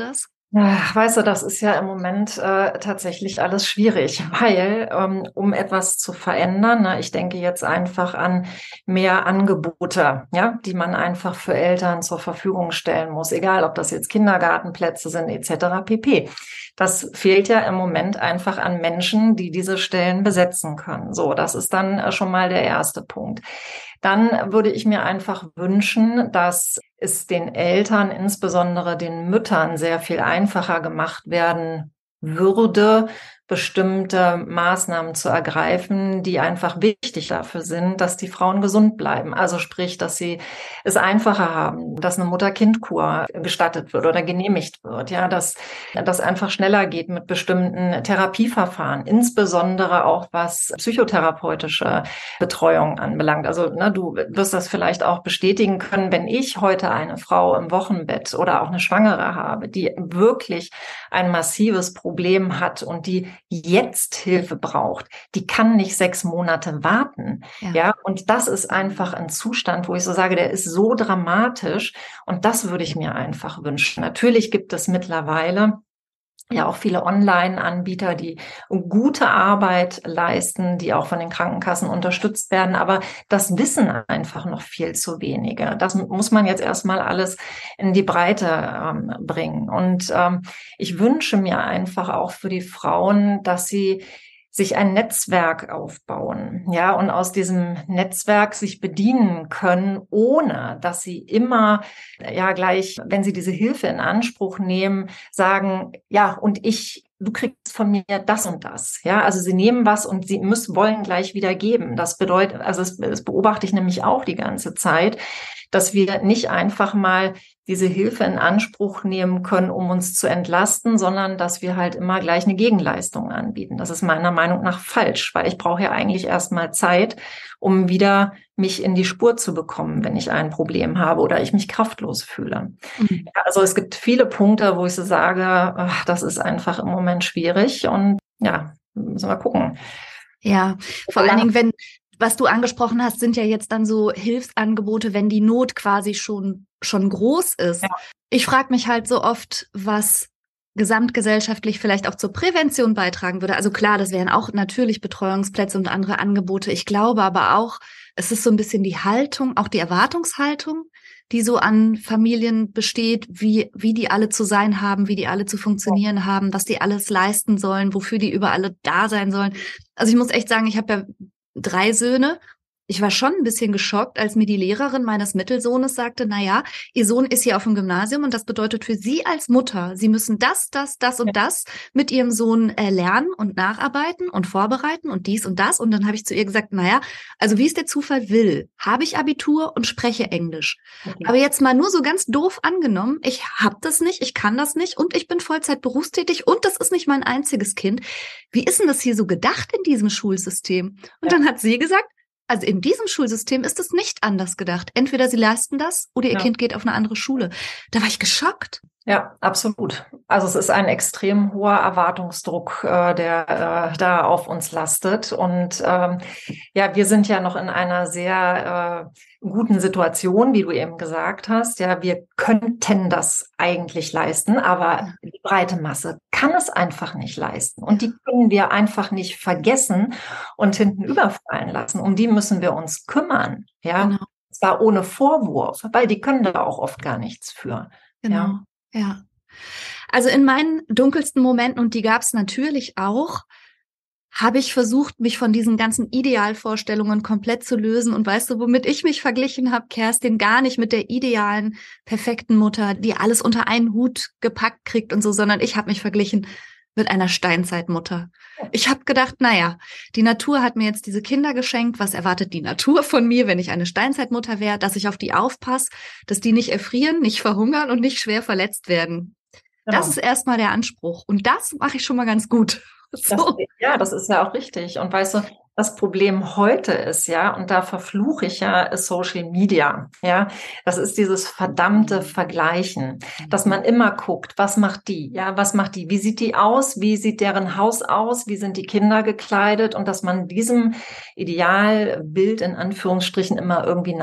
Ja, weißt du, das ist ja im Moment äh, tatsächlich alles schwierig, weil ähm, um etwas zu verändern, ne, ich denke jetzt einfach an mehr Angebote, ja, die man einfach für Eltern zur Verfügung stellen muss, egal ob das jetzt Kindergartenplätze sind et cetera pp. Das fehlt ja im Moment einfach an Menschen, die diese Stellen besetzen können. So, das ist dann äh, schon mal der erste Punkt. Dann würde ich mir einfach wünschen, dass es den Eltern, insbesondere den Müttern, sehr viel einfacher gemacht werden würde, bestimmte Maßnahmen zu ergreifen, die einfach wichtig dafür sind, dass die Frauen gesund bleiben. Also sprich, dass sie es einfacher haben, dass eine Mutter-Kind-Kur gestattet wird oder genehmigt wird, ja, dass das einfach schneller geht mit bestimmten Therapieverfahren, insbesondere auch was psychotherapeutische Betreuung anbelangt. Also ne, du wirst das vielleicht auch bestätigen können, wenn ich heute eine Frau im Wochenbett oder auch eine Schwangere habe, die wirklich ein massives Problem hat und die jetzt Hilfe braucht, die kann nicht sechs Monate warten. Ja. ja, und das ist einfach ein Zustand, wo ich so sage, der ist so dramatisch und das würde ich mir einfach wünschen. Natürlich gibt es mittlerweile ja auch viele Online-Anbieter, die gute Arbeit leisten, die auch von den Krankenkassen unterstützt werden. Aber das wissen einfach noch viel zu wenige. Das muss man jetzt erstmal alles in die Breite ähm, bringen. Und ähm, ich wünsche mir einfach auch für die Frauen, dass sie sich ein Netzwerk aufbauen, ja, und aus diesem Netzwerk sich bedienen können, ohne dass sie immer, ja, gleich, wenn sie diese Hilfe in Anspruch nehmen, sagen, ja, und ich, du kriegst von mir das und das, ja, also sie nehmen was und sie müssen, wollen gleich wieder geben. Das bedeutet, also das, das beobachte ich nämlich auch die ganze Zeit, dass wir nicht einfach mal diese Hilfe in Anspruch nehmen können, um uns zu entlasten, sondern dass wir halt immer gleich eine Gegenleistung anbieten. Das ist meiner Meinung nach falsch, weil ich brauche ja eigentlich erstmal Zeit, um wieder mich in die Spur zu bekommen, wenn ich ein Problem habe oder ich mich kraftlos fühle. Mhm. Also es gibt viele Punkte, wo ich so sage, ach, das ist einfach im Moment schwierig und ja, müssen wir gucken. Ja, vor allen Dingen, wenn was du angesprochen hast, sind ja jetzt dann so Hilfsangebote, wenn die Not quasi schon schon groß ist. Ja. Ich frage mich halt so oft, was gesamtgesellschaftlich vielleicht auch zur Prävention beitragen würde. Also klar, das wären auch natürlich Betreuungsplätze und andere Angebote. Ich glaube aber auch, es ist so ein bisschen die Haltung, auch die Erwartungshaltung, die so an Familien besteht, wie wie die alle zu sein haben, wie die alle zu funktionieren ja. haben, was die alles leisten sollen, wofür die überall da sein sollen. Also ich muss echt sagen, ich habe ja drei Söhne. Ich war schon ein bisschen geschockt, als mir die Lehrerin meines Mittelsohnes sagte, na ja, ihr Sohn ist hier auf dem Gymnasium und das bedeutet für Sie als Mutter, Sie müssen das, das, das und ja. das mit Ihrem Sohn äh, lernen und nacharbeiten und vorbereiten und dies und das. Und dann habe ich zu ihr gesagt, na ja, also wie es der Zufall will, habe ich Abitur und spreche Englisch. Okay. Aber jetzt mal nur so ganz doof angenommen, ich habe das nicht, ich kann das nicht und ich bin Vollzeit berufstätig und das ist nicht mein einziges Kind. Wie ist denn das hier so gedacht in diesem Schulsystem? Und ja. dann hat sie gesagt, also in diesem Schulsystem ist es nicht anders gedacht. Entweder sie leisten das oder ihr ja. Kind geht auf eine andere Schule. Da war ich geschockt. Ja, absolut. Also es ist ein extrem hoher Erwartungsdruck, äh, der äh, da auf uns lastet. Und ähm, ja, wir sind ja noch in einer sehr äh, guten Situation, wie du eben gesagt hast. Ja, wir könnten das eigentlich leisten, aber die breite Masse kann es einfach nicht leisten. Und die können wir einfach nicht vergessen und hinten überfallen lassen. Um die müssen wir uns kümmern. Ja, genau. Zwar ohne Vorwurf, weil die können da auch oft gar nichts für. Genau. Ja. Ja, also in meinen dunkelsten Momenten, und die gab es natürlich auch, habe ich versucht, mich von diesen ganzen Idealvorstellungen komplett zu lösen. Und weißt du, womit ich mich verglichen habe, Kerstin? Gar nicht mit der idealen, perfekten Mutter, die alles unter einen Hut gepackt kriegt und so, sondern ich habe mich verglichen mit einer Steinzeitmutter. Ich habe gedacht, naja, die Natur hat mir jetzt diese Kinder geschenkt. Was erwartet die Natur von mir, wenn ich eine Steinzeitmutter wäre? Dass ich auf die aufpasse, dass die nicht erfrieren, nicht verhungern und nicht schwer verletzt werden. Genau. Das ist erstmal der Anspruch. Und das mache ich schon mal ganz gut. So. Das, ja, das ist ja auch richtig. Und weißt du, das Problem heute ist ja, und da verfluche ich ja Social Media, ja, das ist dieses verdammte Vergleichen, dass man immer guckt, was macht die, ja, was macht die, wie sieht die aus, wie sieht deren Haus aus, wie sind die Kinder gekleidet und dass man diesem Idealbild in Anführungsstrichen immer irgendwie nach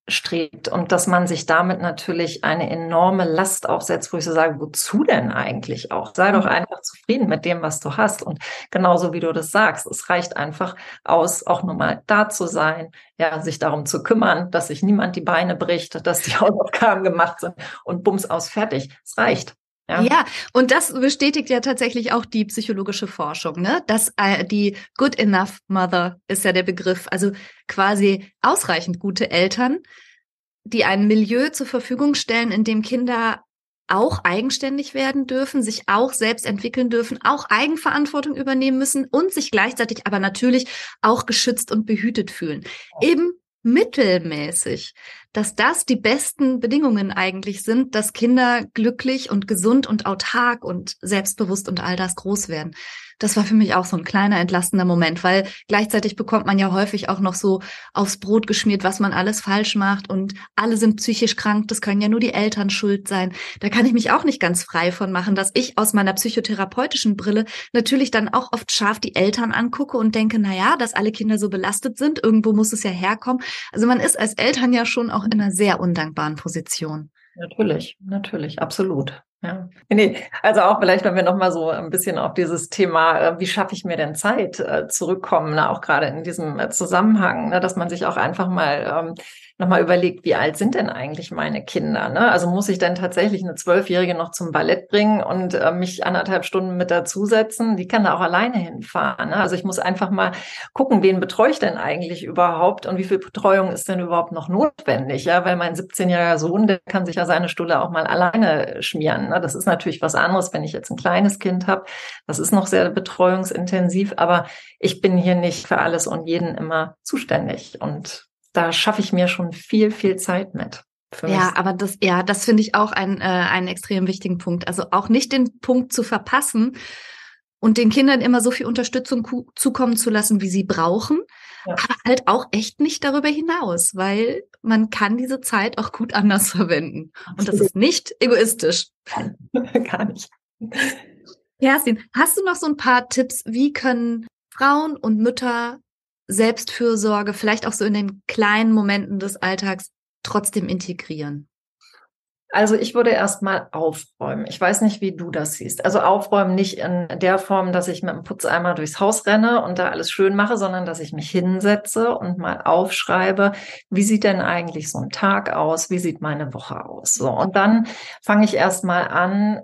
strebt und dass man sich damit natürlich eine enorme Last aufsetzt, wo ich so sage, wozu denn eigentlich auch? Sei doch einfach zufrieden mit dem, was du hast. Und genauso wie du das sagst, es reicht einfach aus, auch nur mal da zu sein, ja, sich darum zu kümmern, dass sich niemand die Beine bricht, dass die Hausaufgaben gemacht sind und bums aus, fertig. Es reicht. Ja. ja, und das bestätigt ja tatsächlich auch die psychologische Forschung, ne? Dass äh, die Good Enough Mother ist ja der Begriff, also quasi ausreichend gute Eltern, die ein Milieu zur Verfügung stellen, in dem Kinder auch eigenständig werden dürfen, sich auch selbst entwickeln dürfen, auch Eigenverantwortung übernehmen müssen und sich gleichzeitig aber natürlich auch geschützt und behütet fühlen. Eben mittelmäßig, dass das die besten Bedingungen eigentlich sind, dass Kinder glücklich und gesund und autark und selbstbewusst und all das groß werden. Das war für mich auch so ein kleiner entlastender Moment, weil gleichzeitig bekommt man ja häufig auch noch so aufs Brot geschmiert, was man alles falsch macht und alle sind psychisch krank, das können ja nur die Eltern schuld sein. Da kann ich mich auch nicht ganz frei von machen, dass ich aus meiner psychotherapeutischen Brille natürlich dann auch oft scharf die Eltern angucke und denke, na ja, dass alle Kinder so belastet sind, irgendwo muss es ja herkommen. Also man ist als Eltern ja schon auch in einer sehr undankbaren Position. Natürlich, natürlich, absolut. Ja. Nee, also auch vielleicht, wenn wir nochmal so ein bisschen auf dieses Thema, äh, wie schaffe ich mir denn Zeit, äh, zurückkommen, ne? Auch gerade in diesem äh, Zusammenhang, ne? Dass man sich auch einfach mal ähm, nochmal überlegt, wie alt sind denn eigentlich meine Kinder? Ne? Also muss ich denn tatsächlich eine Zwölfjährige noch zum Ballett bringen und äh, mich anderthalb Stunden mit dazusetzen? Die kann da auch alleine hinfahren. Ne? Also ich muss einfach mal gucken, wen betreue ich denn eigentlich überhaupt und wie viel Betreuung ist denn überhaupt noch notwendig? Ja, weil mein siebzehnjähriger Sohn, der kann sich ja seine Stulle auch mal alleine schmieren. Ne? Das ist natürlich was anderes, wenn ich jetzt ein kleines Kind habe. Das ist noch sehr betreuungsintensiv, aber ich bin hier nicht für alles und jeden immer zuständig. Und da schaffe ich mir schon viel, viel Zeit mit. Ja, aber das, ja, das finde ich auch ein, äh, einen extrem wichtigen Punkt. Also auch nicht den Punkt zu verpassen und den Kindern immer so viel Unterstützung ku- zukommen zu lassen, wie sie brauchen, ja. Aber halt auch echt nicht darüber hinaus, weil man kann diese Zeit auch gut anders verwenden. Und das ist nicht egoistisch. Gar nicht. Kerstin, hast du noch so ein paar Tipps, wie können Frauen und Mütter Selbstfürsorge vielleicht auch so in den kleinen Momenten des Alltags trotzdem integrieren? Also ich würde erstmal aufräumen. Ich weiß nicht, wie du das siehst. Also aufräumen nicht in der Form, dass ich mit dem Putzeimer durchs Haus renne und da alles schön mache, sondern dass ich mich hinsetze und mal aufschreibe, wie sieht denn eigentlich so ein Tag aus? Wie sieht meine Woche aus? So, und dann fange ich erstmal an,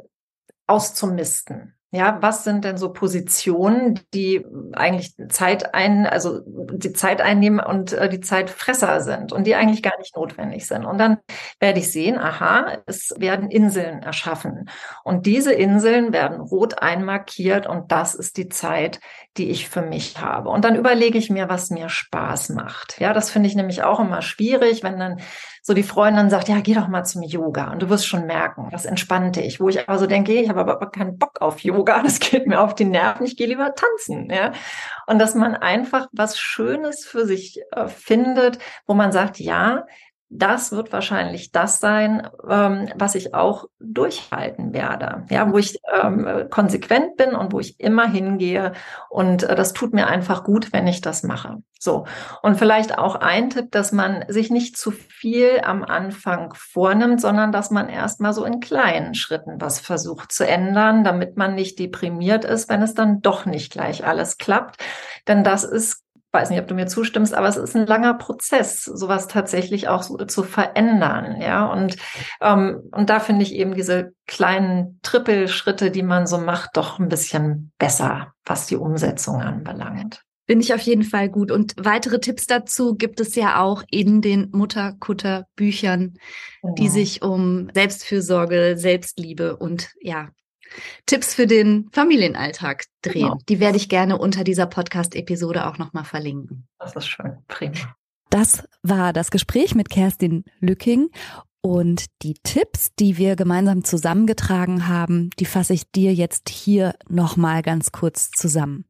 auszumisten. Ja, was sind denn so Positionen, die eigentlich Zeit ein, also die Zeit einnehmen und äh, die Zeitfresser sind und die eigentlich gar nicht notwendig sind. Und dann werde ich sehen, aha, es werden Inseln erschaffen. Und diese Inseln werden rot einmarkiert und das ist die Zeit, die ich für mich habe. Und dann überlege ich mir, was mir Spaß macht. Ja, das finde ich nämlich auch immer schwierig, wenn dann so die Freundin sagt, ja, geh doch mal zum Yoga und du wirst schon merken, das entspannt dich. Wo ich aber so denke, ich habe aber keinen Bock auf Yoga, das geht mir auf die Nerven, ich gehe lieber tanzen. Ja? Und dass man einfach was Schönes für sich äh, findet, wo man sagt, ja, das wird wahrscheinlich das sein, ähm, was ich auch durchhalten werde. Ja, wo ich ähm, konsequent bin und wo ich immer hingehe. Und äh, das tut mir einfach gut, wenn ich das mache. So. Und vielleicht auch ein Tipp, dass man sich nicht zu viel am Anfang vornimmt, sondern dass man erstmal so in kleinen Schritten was versucht zu ändern, damit man nicht deprimiert ist, wenn es dann doch nicht gleich alles klappt. Denn das ist, weiß nicht, ob du mir zustimmst, aber es ist ein langer Prozess, sowas tatsächlich auch so zu verändern, ja. Und ähm, und da finde ich eben diese kleinen Trippelschritte, die man so macht, doch ein bisschen besser, was die Umsetzung anbelangt. Finde ich auf jeden Fall gut. Und weitere Tipps dazu gibt es ja auch in den Mutter-Kutter-Büchern, genau, die sich um Selbstfürsorge, Selbstliebe und ja, Tipps für den Familienalltag drehen. Genau. Die werde ich gerne unter dieser Podcast-Episode auch nochmal verlinken. Das ist schön, prima. Das war das Gespräch mit Kerstin Lücking und die Tipps, die wir gemeinsam zusammengetragen haben, die fasse ich dir jetzt hier nochmal ganz kurz zusammen.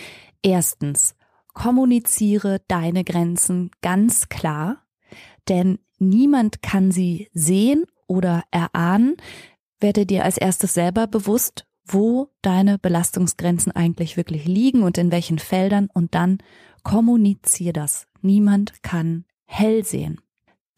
Erstens, kommuniziere deine Grenzen ganz klar, denn niemand kann sie sehen oder erahnen. Werde dir als erstes selber bewusst, wo deine Belastungsgrenzen eigentlich wirklich liegen und in welchen Feldern, und dann kommuniziere das. Niemand kann hell sehen.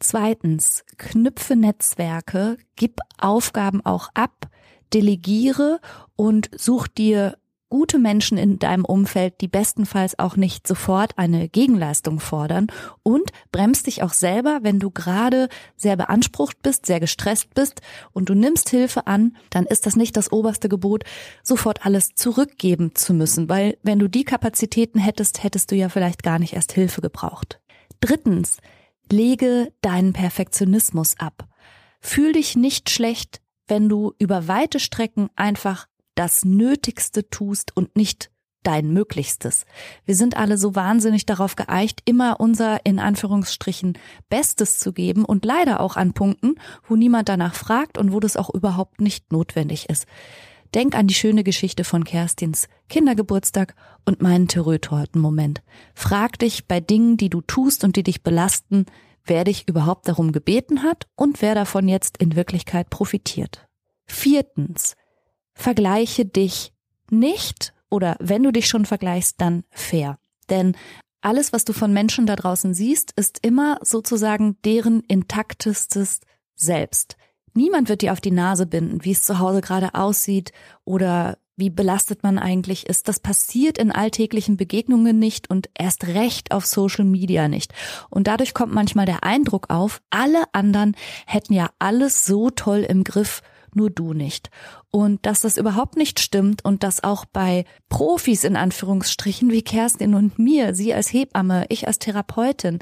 Zweitens, knüpfe Netzwerke, gib Aufgaben auch ab, delegiere und such dir gute Menschen in deinem Umfeld, die bestenfalls auch nicht sofort eine Gegenleistung fordern, und bremst dich auch selber, wenn du gerade sehr beansprucht bist, sehr gestresst bist und du nimmst Hilfe an, dann ist das nicht das oberste Gebot, sofort alles zurückgeben zu müssen, weil wenn du die Kapazitäten hättest, hättest du ja vielleicht gar nicht erst Hilfe gebraucht. Drittens, lege deinen Perfektionismus ab. Fühl dich nicht schlecht, wenn du über weite Strecken einfach das Nötigste tust und nicht dein Möglichstes. Wir sind alle so wahnsinnig darauf geeicht, immer unser, in Anführungsstrichen, Bestes zu geben und leider auch an Punkten, wo niemand danach fragt und wo das auch überhaupt nicht notwendig ist. Denk an die schöne Geschichte von Kerstins Kindergeburtstag und meinen Terrötorten-Moment. Frag dich bei Dingen, die du tust und die dich belasten, wer dich überhaupt darum gebeten hat und wer davon jetzt in Wirklichkeit profitiert. Viertens, vergleiche dich nicht, oder wenn du dich schon vergleichst, dann fair. Denn alles, was du von Menschen da draußen siehst, ist immer sozusagen deren intaktestes Selbst. Niemand wird dir auf die Nase binden, wie es zu Hause gerade aussieht oder wie belastet man eigentlich ist. Das passiert in alltäglichen Begegnungen nicht und erst recht auf Social Media nicht. Und dadurch kommt manchmal der Eindruck auf, alle anderen hätten ja alles so toll im Griff, nur du nicht. Und dass das überhaupt nicht stimmt und dass auch bei Profis in Anführungsstrichen wie Kerstin und mir, sie als Hebamme, ich als Therapeutin,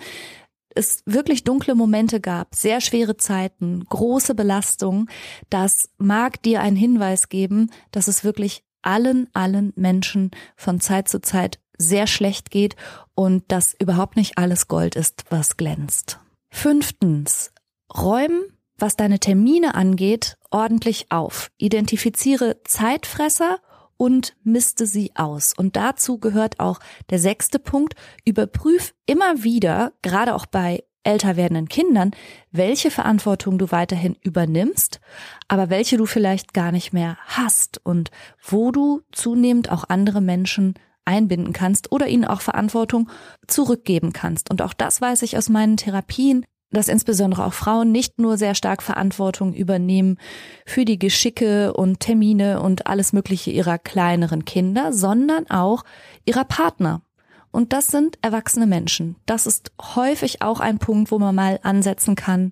es wirklich dunkle Momente gab, sehr schwere Zeiten, große Belastungen, das mag dir einen Hinweis geben, dass es wirklich allen, allen Menschen von Zeit zu Zeit sehr schlecht geht und dass überhaupt nicht alles Gold ist, was glänzt. Fünftens, räum, was deine Termine angeht, ordentlich auf. Identifiziere Zeitfresser und misste sie aus. Und dazu gehört auch der sechste Punkt. Überprüf immer wieder, gerade auch bei älter werdenden Kindern, welche Verantwortung du weiterhin übernimmst, aber welche du vielleicht gar nicht mehr hast und wo du zunehmend auch andere Menschen einbinden kannst oder ihnen auch Verantwortung zurückgeben kannst. Und auch das weiß ich aus meinen Therapien, dass insbesondere auch Frauen nicht nur sehr stark Verantwortung übernehmen für die Geschicke und Termine und alles Mögliche ihrer kleineren Kinder, sondern auch ihrer Partner. Und das sind erwachsene Menschen. Das ist häufig auch ein Punkt, wo man mal ansetzen kann.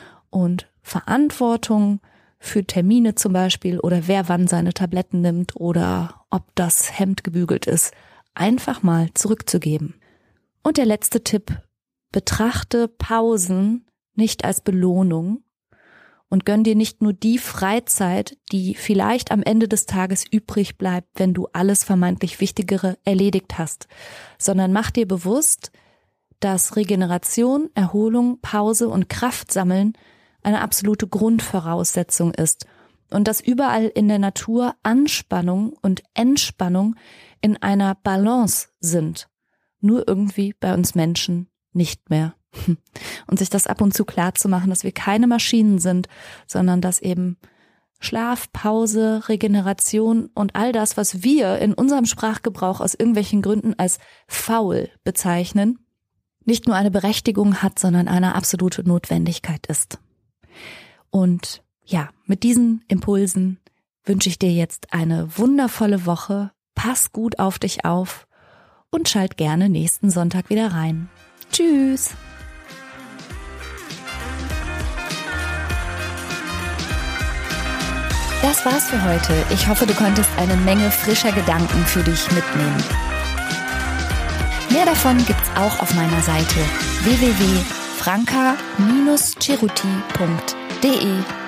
Und Verantwortung für Termine zum Beispiel oder wer wann seine Tabletten nimmt oder ob das Hemd gebügelt ist, einfach mal zurückzugeben. Und der letzte Tipp: Betrachte Pausen nicht als Belohnung und gönn dir nicht nur die Freizeit, die vielleicht am Ende des Tages übrig bleibt, wenn du alles vermeintlich Wichtigere erledigt hast, sondern mach dir bewusst, dass Regeneration, Erholung, Pause und Kraft sammeln eine absolute Grundvoraussetzung ist und dass überall in der Natur Anspannung und Entspannung in einer Balance sind, nur irgendwie bei uns Menschen nicht mehr. Und sich das ab und zu klar zu machen, dass wir keine Maschinen sind, sondern dass eben Schlaf, Pause, Regeneration und all das, was wir in unserem Sprachgebrauch aus irgendwelchen Gründen als faul bezeichnen, nicht nur eine Berechtigung hat, sondern eine absolute Notwendigkeit ist. Und ja, mit diesen Impulsen wünsche ich dir jetzt eine wundervolle Woche. Pass gut auf dich auf und schalt gerne nächsten Sonntag wieder rein. Tschüss! Das war's für heute. Ich hoffe, du konntest eine Menge frischer Gedanken für dich mitnehmen. Mehr davon gibt's auch auf meiner Seite w w w punkt franka Bindestrich ceruti punkt de.